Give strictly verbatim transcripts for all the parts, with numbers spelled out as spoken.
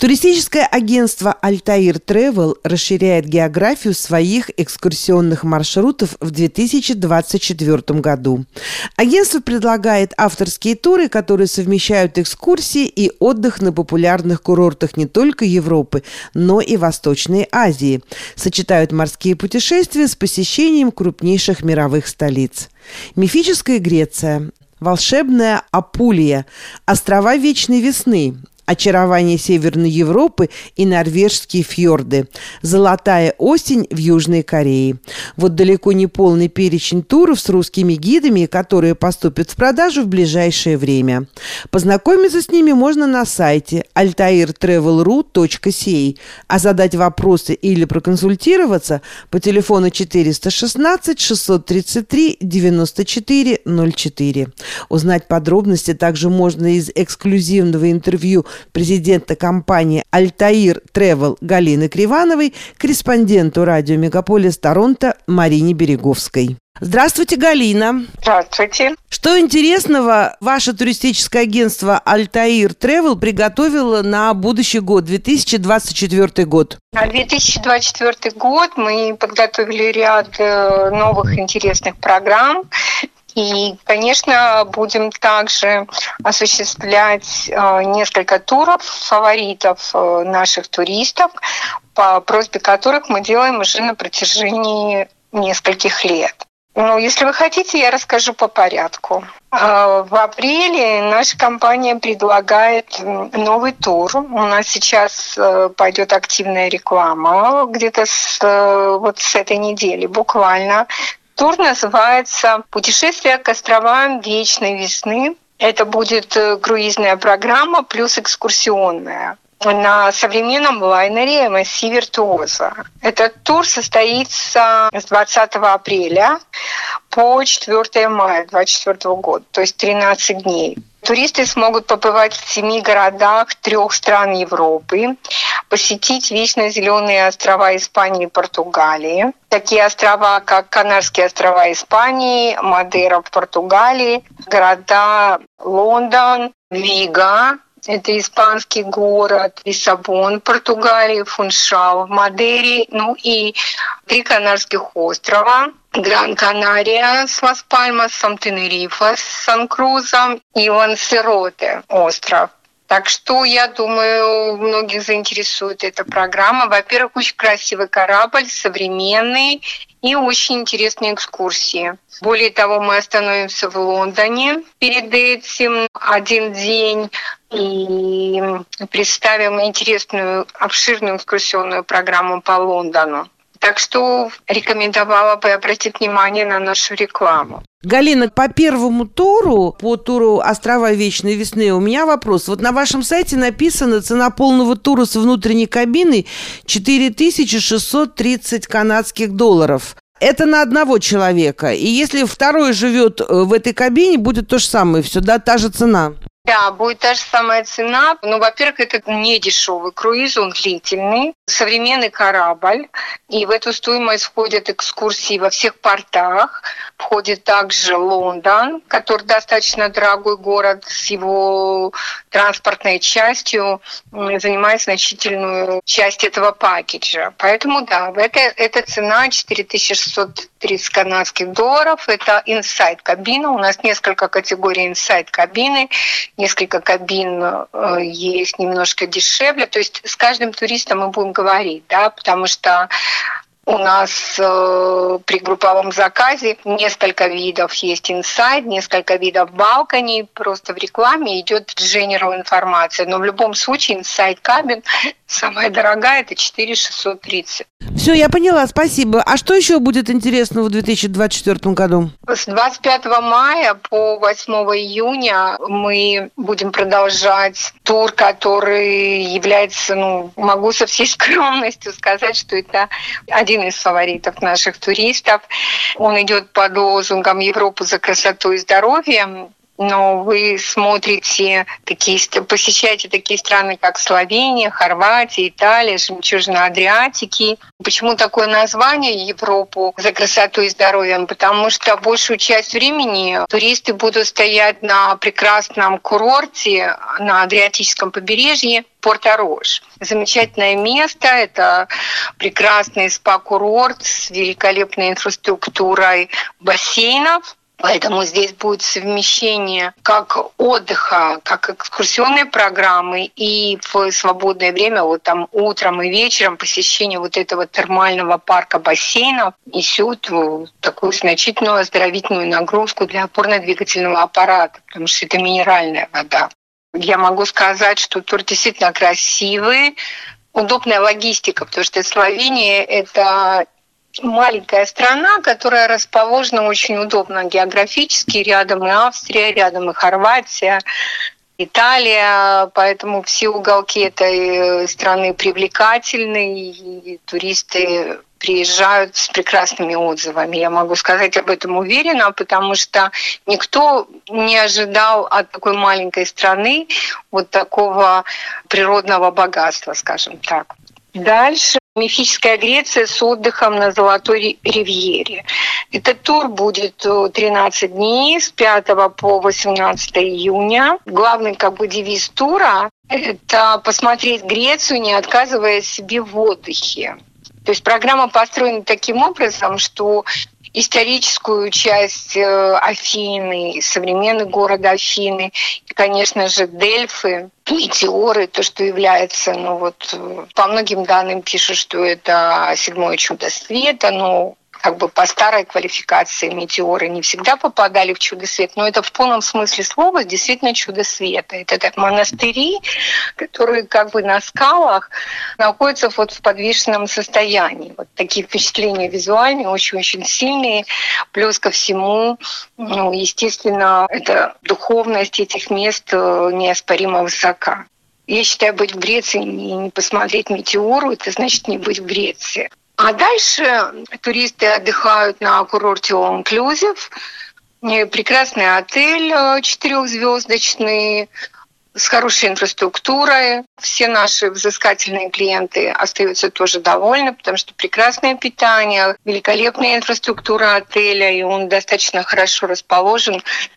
Туристическое агентство «Альтаир Travel» расширяет географию своих экскурсионных маршрутов в две тысячи двадцать четвёртом году. Агентство предлагает авторские туры, которые совмещают экскурсии и отдых на популярных курортах не только Европы, но и Восточной Азии. Сочетают морские путешествия с посещением крупнейших мировых столиц. Мифическая Греция, волшебная Апулия, острова Вечной Весны, очарование Северной Европы и норвежские фьорды, золотая осень в Южной Корее. Вот далеко не полный перечень туров с русскими гидами, которые поступят в продажу в ближайшее время. Познакомиться с ними можно на сайте альтаир тревел ру точка си эй, а задать вопросы или проконсультироваться по телефону четыреста шестнадцать шестьсот тридцать три девяносто четыре ноль четыре. Узнать подробности также можно из эксклюзивного интервью президента компании «Альтаир Travel» Галины Кривановой, корреспонденту радио «Мегаполис Торонто» Марине Береговской. Здравствуйте, Галина. Здравствуйте. Что интересного ваше туристическое агентство «Альтаир Travel» приготовило на будущий год, две тысячи двадцать четвёртый год? На две тысячи двадцать четвёртый год мы подготовили ряд новых интересных программ. И, конечно, будем также осуществлять э, несколько туров фаворитов э, наших туристов, по просьбе которых мы делаем уже на протяжении нескольких лет. Ну, если вы хотите, я расскажу по порядку. Э, в апреле наша компания предлагает новый тур. У нас сейчас э, пойдет активная реклама где-то с, э, вот с этой недели буквально. Тур называется «Путешествие к островам Вечной Весны». Это будет круизная программа плюс экскурсионная на современном лайнере эм эс си «Виртуоза». Этот тур состоится с двадцатого апреля по четвёртого мая две тысячи двадцать четвёртого года, то есть тринадцать дней. Туристы смогут побывать в семи городах трех стран Европы, посетить вечно зеленые острова Испании и Португалии. Такие острова, как Канарские острова Испании, Мадейра в Португалии, города Лондон, Вига, это испанский город, Лиссабон, Португалия, Фуншал в Мадейре, ну и три Канарских острова. Гран-Канария с Лас-Пальмасом, Тенерифе с Сан-Крузом и Лансероте остров. Так что, я думаю, многих заинтересует эта программа. Во-первых, очень красивый корабль, современный и очень интересные экскурсии. Более того, мы остановимся в Лондоне перед этим один день и представим интересную, обширную экскурсионную программу по Лондону. Так что рекомендовала бы обратить внимание на нашу рекламу. Галина, по первому туру, по туру «Острова Вечной Весны», у меня вопрос. Вот на вашем сайте написано, цена полного тура с внутренней кабиной четыре тысячи шестьсот тридцать канадских долларов. Это на одного человека. И если второй живет в этой кабине, будет то же самое, все, да, та же цена. Да, будет та же самая цена. Ну, во-первых, это не дешевый круиз, он длительный, современный корабль. И в эту стоимость входят экскурсии во всех портах. Входит также Лондон, который достаточно дорогой город, с его транспортной частью занимает значительную часть этого пакетжа. Поэтому, да, это, эта цена четыре тысячи шестьсот тридцать канадских долларов. Это инсайд-кабина. У нас несколько категорий инсайд-кабины. Несколько кабин э, есть немножко дешевле. То есть с каждым туристом мы будем говорить, да, потому что у нас э, при групповом заказе несколько видов есть инсайд, несколько видов балкони. Просто в рекламе идет general информация. Но в любом случае инсайд кабин самая дорогая, это четыре тысячи шестьсот тридцать. Все, я поняла, спасибо. А что еще будет интересного в две тысячи двадцать четвёртом году? С двадцать пятого мая по восьмого июня мы будем продолжать тур, который является, ну, могу со всей скромностью сказать, что это один из фаворитов наших туристов. Он идет под лозунгом «Европу за красоту и здоровье». но вы смотрите такие, посещаете такие страны, как Словения, Хорватия, Италия, жемчужина Адриатики. Почему такое название Европу за красоту и здоровьем? Потому что большую часть времени туристы будут стоять на прекрасном курорте на Адриатическом побережье Порто-Рош. Замечательное место, это прекрасный спа-курорт с великолепной инфраструктурой бассейнов. Поэтому здесь будет совмещение как отдыха, как экскурсионной программы и в свободное время, вот там утром и вечером посещение вот этого термального парка бассейнов несет такую значительную оздоровительную нагрузку для опорно-двигательного аппарата, потому что это минеральная вода. Я могу сказать, что тур действительно красивый, удобная логистика, потому что Словения — это маленькая страна, которая расположена очень удобно географически. Рядом и Австрия, рядом и Хорватия, Италия. Поэтому все уголки этой страны привлекательны, и туристы приезжают с прекрасными отзывами. Я могу сказать об этом уверенно, потому что никто не ожидал от такой маленькой страны вот такого природного богатства, скажем так. Дальше мифическая Греция с отдыхом на Золотой ривьере. Этот тур будет тринадцать дней с пятого по восемнадцатое июня. Главный как бы девиз тура — это посмотреть Грецию, не отказывая себе в отдыхе. То есть программа построена таким образом, что историческую часть Афины, современный город Афины, и, конечно же, Дельфы, метеоры, то, что является, ну вот, по многим данным пишут, что это седьмое чудо света, но как бы по старой квалификации метеоры не всегда попадали в чудо света, но это в полном смысле слова действительно чудо света. Это, это монастыри, которые как бы на скалах находятся вот в подвешенном состоянии. Вот такие впечатления визуальные очень-очень сильные. Плюс ко всему, ну, естественно, эта духовность этих мест неоспоримо высока. Я считаю, быть в Греции и не посмотреть метеору — это значит не быть в Греции. А дальше туристы отдыхают на курорте All Inclusive. Прекрасный отель четырехзвездочный с хорошей инфраструктурой. Все наши взыскательные клиенты остаются тоже довольны, потому что прекрасное питание, великолепная инфраструктура отеля, и он достаточно хорошо расположен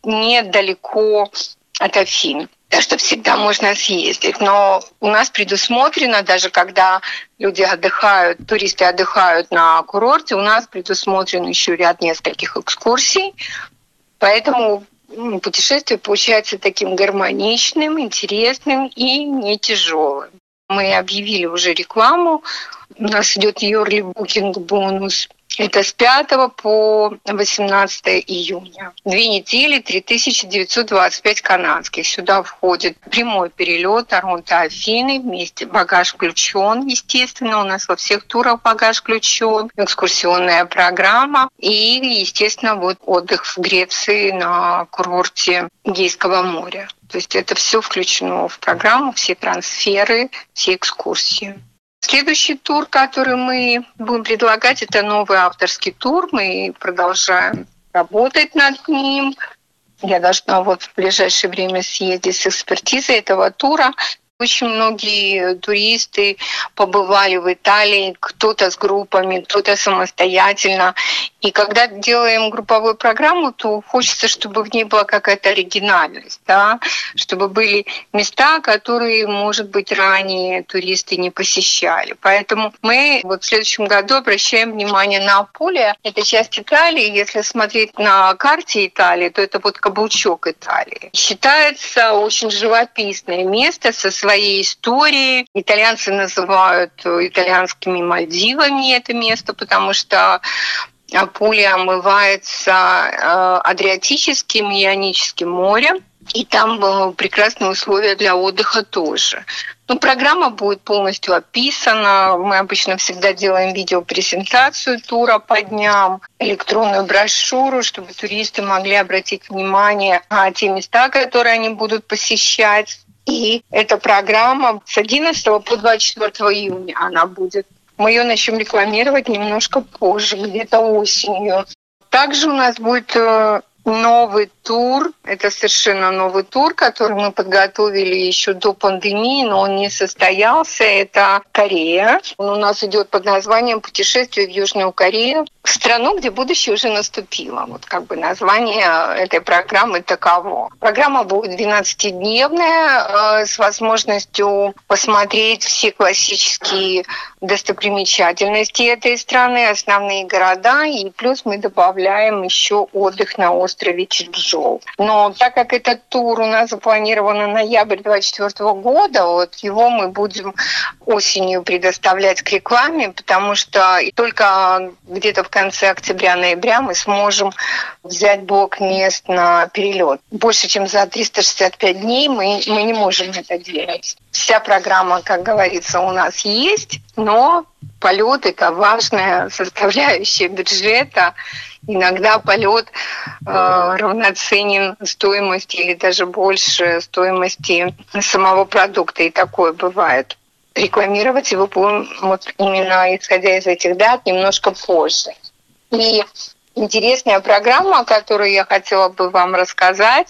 недалеко от Афин. Так что всегда можно съездить. Но у нас предусмотрено, даже когда люди отдыхают, туристы отдыхают на курорте, у нас предусмотрен еще ряд нескольких экскурсий. Поэтому путешествие получается таким гармоничным, интересным и не тяжелым. Мы объявили уже рекламу. У нас идет yearly booking бонус. Это с пятого по восемнадцатое июня. Две недели, три тысячи девятьсот двадцать пять канадских. Сюда входит прямой перелет Торонто-Афины вместе. Багаж включен, естественно. У нас во всех турах багаж включен. Экскурсионная программа. И, естественно, вот отдых в Греции на курорте Эгейского моря. То есть это все включено в программу, все трансферы, все экскурсии. Следующий тур, который мы будем предлагать, это новый авторский тур. Мы продолжаем работать над ним. Я должна вот в ближайшее время съездить с экспертизой этого тура. Очень многие туристы побывали в Италии, кто-то с группами, кто-то самостоятельно. И когда делаем групповую программу, то хочется, чтобы в ней была какая-то оригинальность, да? Чтобы были места, которые, может быть, ранее туристы не посещали. Поэтому мы вот в следующем году обращаем внимание на Апулия. Это часть Италии. Если смотреть на карте Италии, то это вот каблучок Италии. Считается очень живописное место со своей историей. Итальянцы называют итальянскими Мальдивами это место, потому что Апулия омывается Адриатическим и Ионическим морем, и там прекрасные условия для отдыха тоже. Ну, программа будет полностью описана. Мы обычно всегда делаем видеопрезентацию тура по дням, электронную брошюру, чтобы туристы могли обратить внимание на те места, которые они будут посещать. И эта программа с одиннадцатого по двадцать четвёртого июня она будет. Мы ее начнем рекламировать немножко позже, где-то осенью. Также у нас будет новый тур. Это совершенно новый тур, который мы подготовили еще до пандемии, но он не состоялся. Это Корея. Он у нас идет под названием «Путешествие в Южную Корею», в страну, где будущее уже наступило. Вот как бы название этой программы таково. Программа будет двенадцатидневная, э, с возможностью посмотреть все классические достопримечательности этой страны, основные города, и плюс мы добавляем еще отдых на острове Чеджу. Но так как этот тур у нас запланирован на ноябрь двадцать четвёртого года, вот его мы будем осенью предоставлять к рекламе, потому что только где-то в конце октября-ноября мы сможем взять блок мест на перелет. Больше, чем за триста шестьдесят пять дней мы, мы не можем это делать. Вся программа, как говорится, у нас есть, но полет – это важная составляющая бюджета. Иногда полет э, равноценен стоимости или даже больше стоимости самого продукта, и такое бывает. Рекламировать его будем вот именно исходя из этих дат немножко позже. И интересная программа, которую я хотела бы вам рассказать,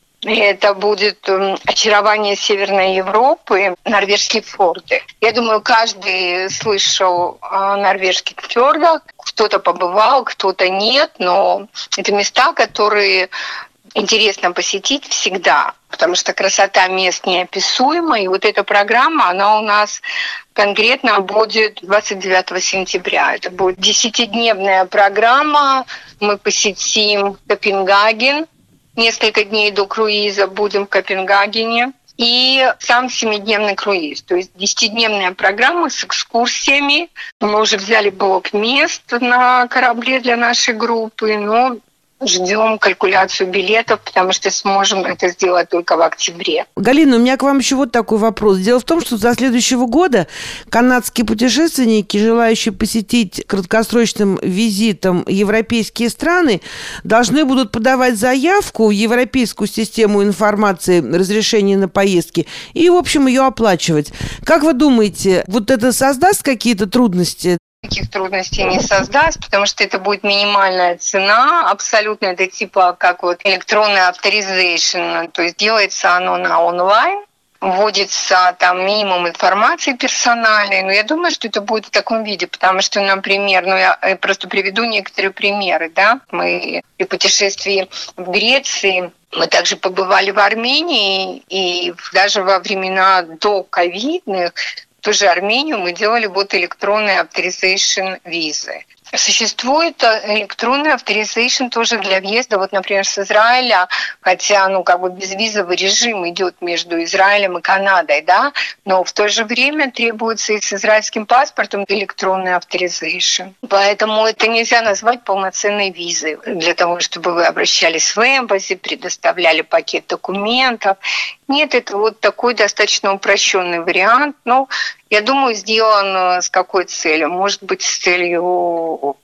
это будет очарование Северной Европы, норвежские фьорды. Я думаю, каждый слышал о норвежских фьордах. Кто-то побывал, кто-то нет, но это места, которые интересно посетить всегда, потому что красота мест неописуема. И вот эта программа, она у нас конкретно будет двадцать девятого сентября. Это будет десятидневная программа. Мы посетим Копенгаген. Несколько дней до круиза будем в Копенгагене. И сам семидневный круиз. То есть десятидневная программа с экскурсиями. Мы уже взяли блок мест на корабле для нашей группы, но ждем калькуляцию билетов, потому что сможем это сделать только в октябре. Галина, у меня к вам еще вот такой вопрос. Дело в том, что со следующего года канадские путешественники, желающие посетить краткосрочным визитом европейские страны, должны будут подавать заявку в Европейскую систему информации разрешения на поездки и, в общем, ее оплачивать. Как вы думаете, вот это создаст какие-то трудности? Никаких трудностей не создаст, потому что это будет минимальная цена, абсолютно это типа как вот электронный авторизейшн, то есть делается оно на онлайн, вводится там минимум информации персональной, но я думаю, что это будет в таком виде, потому что, например, ну я просто приведу некоторые примеры, да, мы при путешествии в Греции мы также побывали в Армении, и даже во времена до ковидных ту же Армению мы делали вот электронный авторизейшн визы. Существует электронный авторизейшн тоже для въезда, вот, например, с Израиля, хотя, ну, как бы безвизовый режим идет между Израилем и Канадой, да, но в то же время требуется и с израильским паспортом электронный авторизейшн. Поэтому это нельзя назвать полноценной визой. Для того, чтобы вы обращались в эмбасси, предоставляли пакет документов. Нет, это вот такой достаточно упрощенный вариант. Но я думаю, сделан с какой целью? Может быть, с целью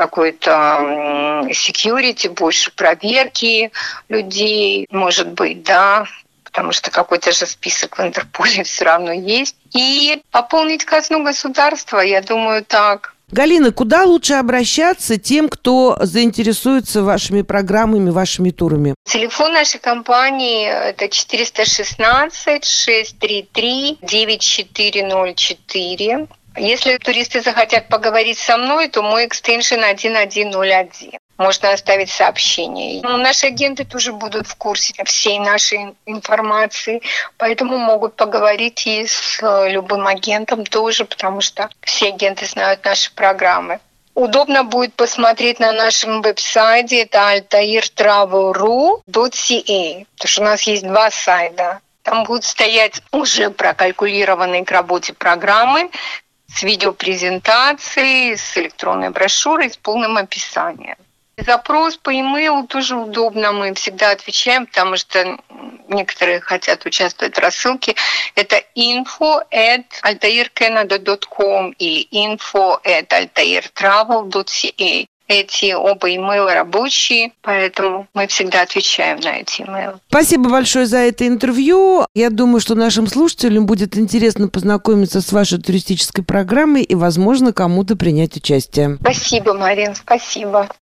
какой-то security, больше проверки людей, может быть, да, потому что какой-то же список в Интерполе все равно есть. И пополнить казну государства, я думаю, так. Галина, куда лучше обращаться тем, кто заинтересуется вашими программами, вашими турами? Телефон нашей компании – это четыреста шестнадцать шестьсот тридцать три девяносто четыре ноль четыре. Если туристы захотят поговорить со мной, то мой экстеншн один один ноль один. Можно оставить сообщение. Ну, наши агенты тоже будут в курсе всей нашей информации, поэтому могут поговорить и с любым агентом тоже, потому что все агенты знают наши программы. Удобно будет посмотреть на нашем веб-сайте, это altair travel ru точка ca, потому что у нас есть два сайта. Там будут стоять уже прокалькулированные к работе программы с видеопрезентацией, с электронной брошюрой, с полным описанием. Запрос по имейлу тоже удобно, мы всегда отвечаем, потому что некоторые хотят участвовать в рассылке. Это info at altair canada dot com или info at altair travel dot ca. Эти оба имейла рабочие, поэтому мы всегда отвечаем на эти имейлы. Спасибо большое за это интервью. Я думаю, что нашим слушателям будет интересно познакомиться с вашей туристической программой и, возможно, кому-то принять участие. Спасибо, Марин, спасибо.